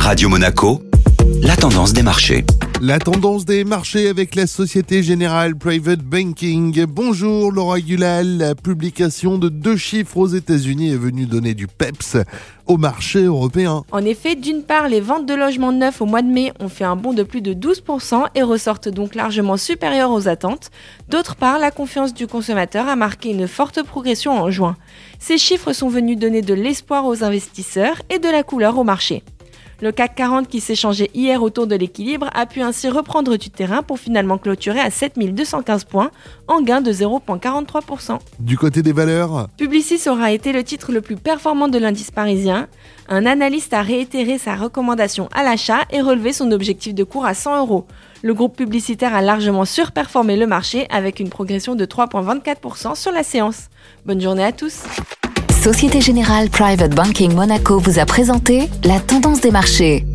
Radio Monaco, la tendance des marchés. La tendance des marchés avec la Société Générale Private Banking. Bonjour Laura Gulal. La publication de 2 chiffres aux États-Unis est venue donner du peps au marché européen. En effet, d'une part, les ventes de logements neufs au mois de mai ont fait un bond de plus de 12% et ressortent donc largement supérieures aux attentes. D'autre part, la confiance du consommateur a marqué une forte progression en juin. Ces chiffres sont venus donner de l'espoir aux investisseurs et de la couleur au marché. Le CAC 40 qui s'échangeait hier autour de l'équilibre a pu ainsi reprendre du terrain pour finalement clôturer à 7215 points en gain de 0,43%. Du côté des valeurs, Publicis aura été le titre le plus performant de l'indice parisien. Un analyste a réitéré sa recommandation à l'achat et relevé son objectif de cours à 100 €. Le groupe publicitaire a largement surperformé le marché avec une progression de 3,24% sur la séance. Bonne journée à tous. Société Générale Private Banking Monaco vous a présenté la tendance des marchés.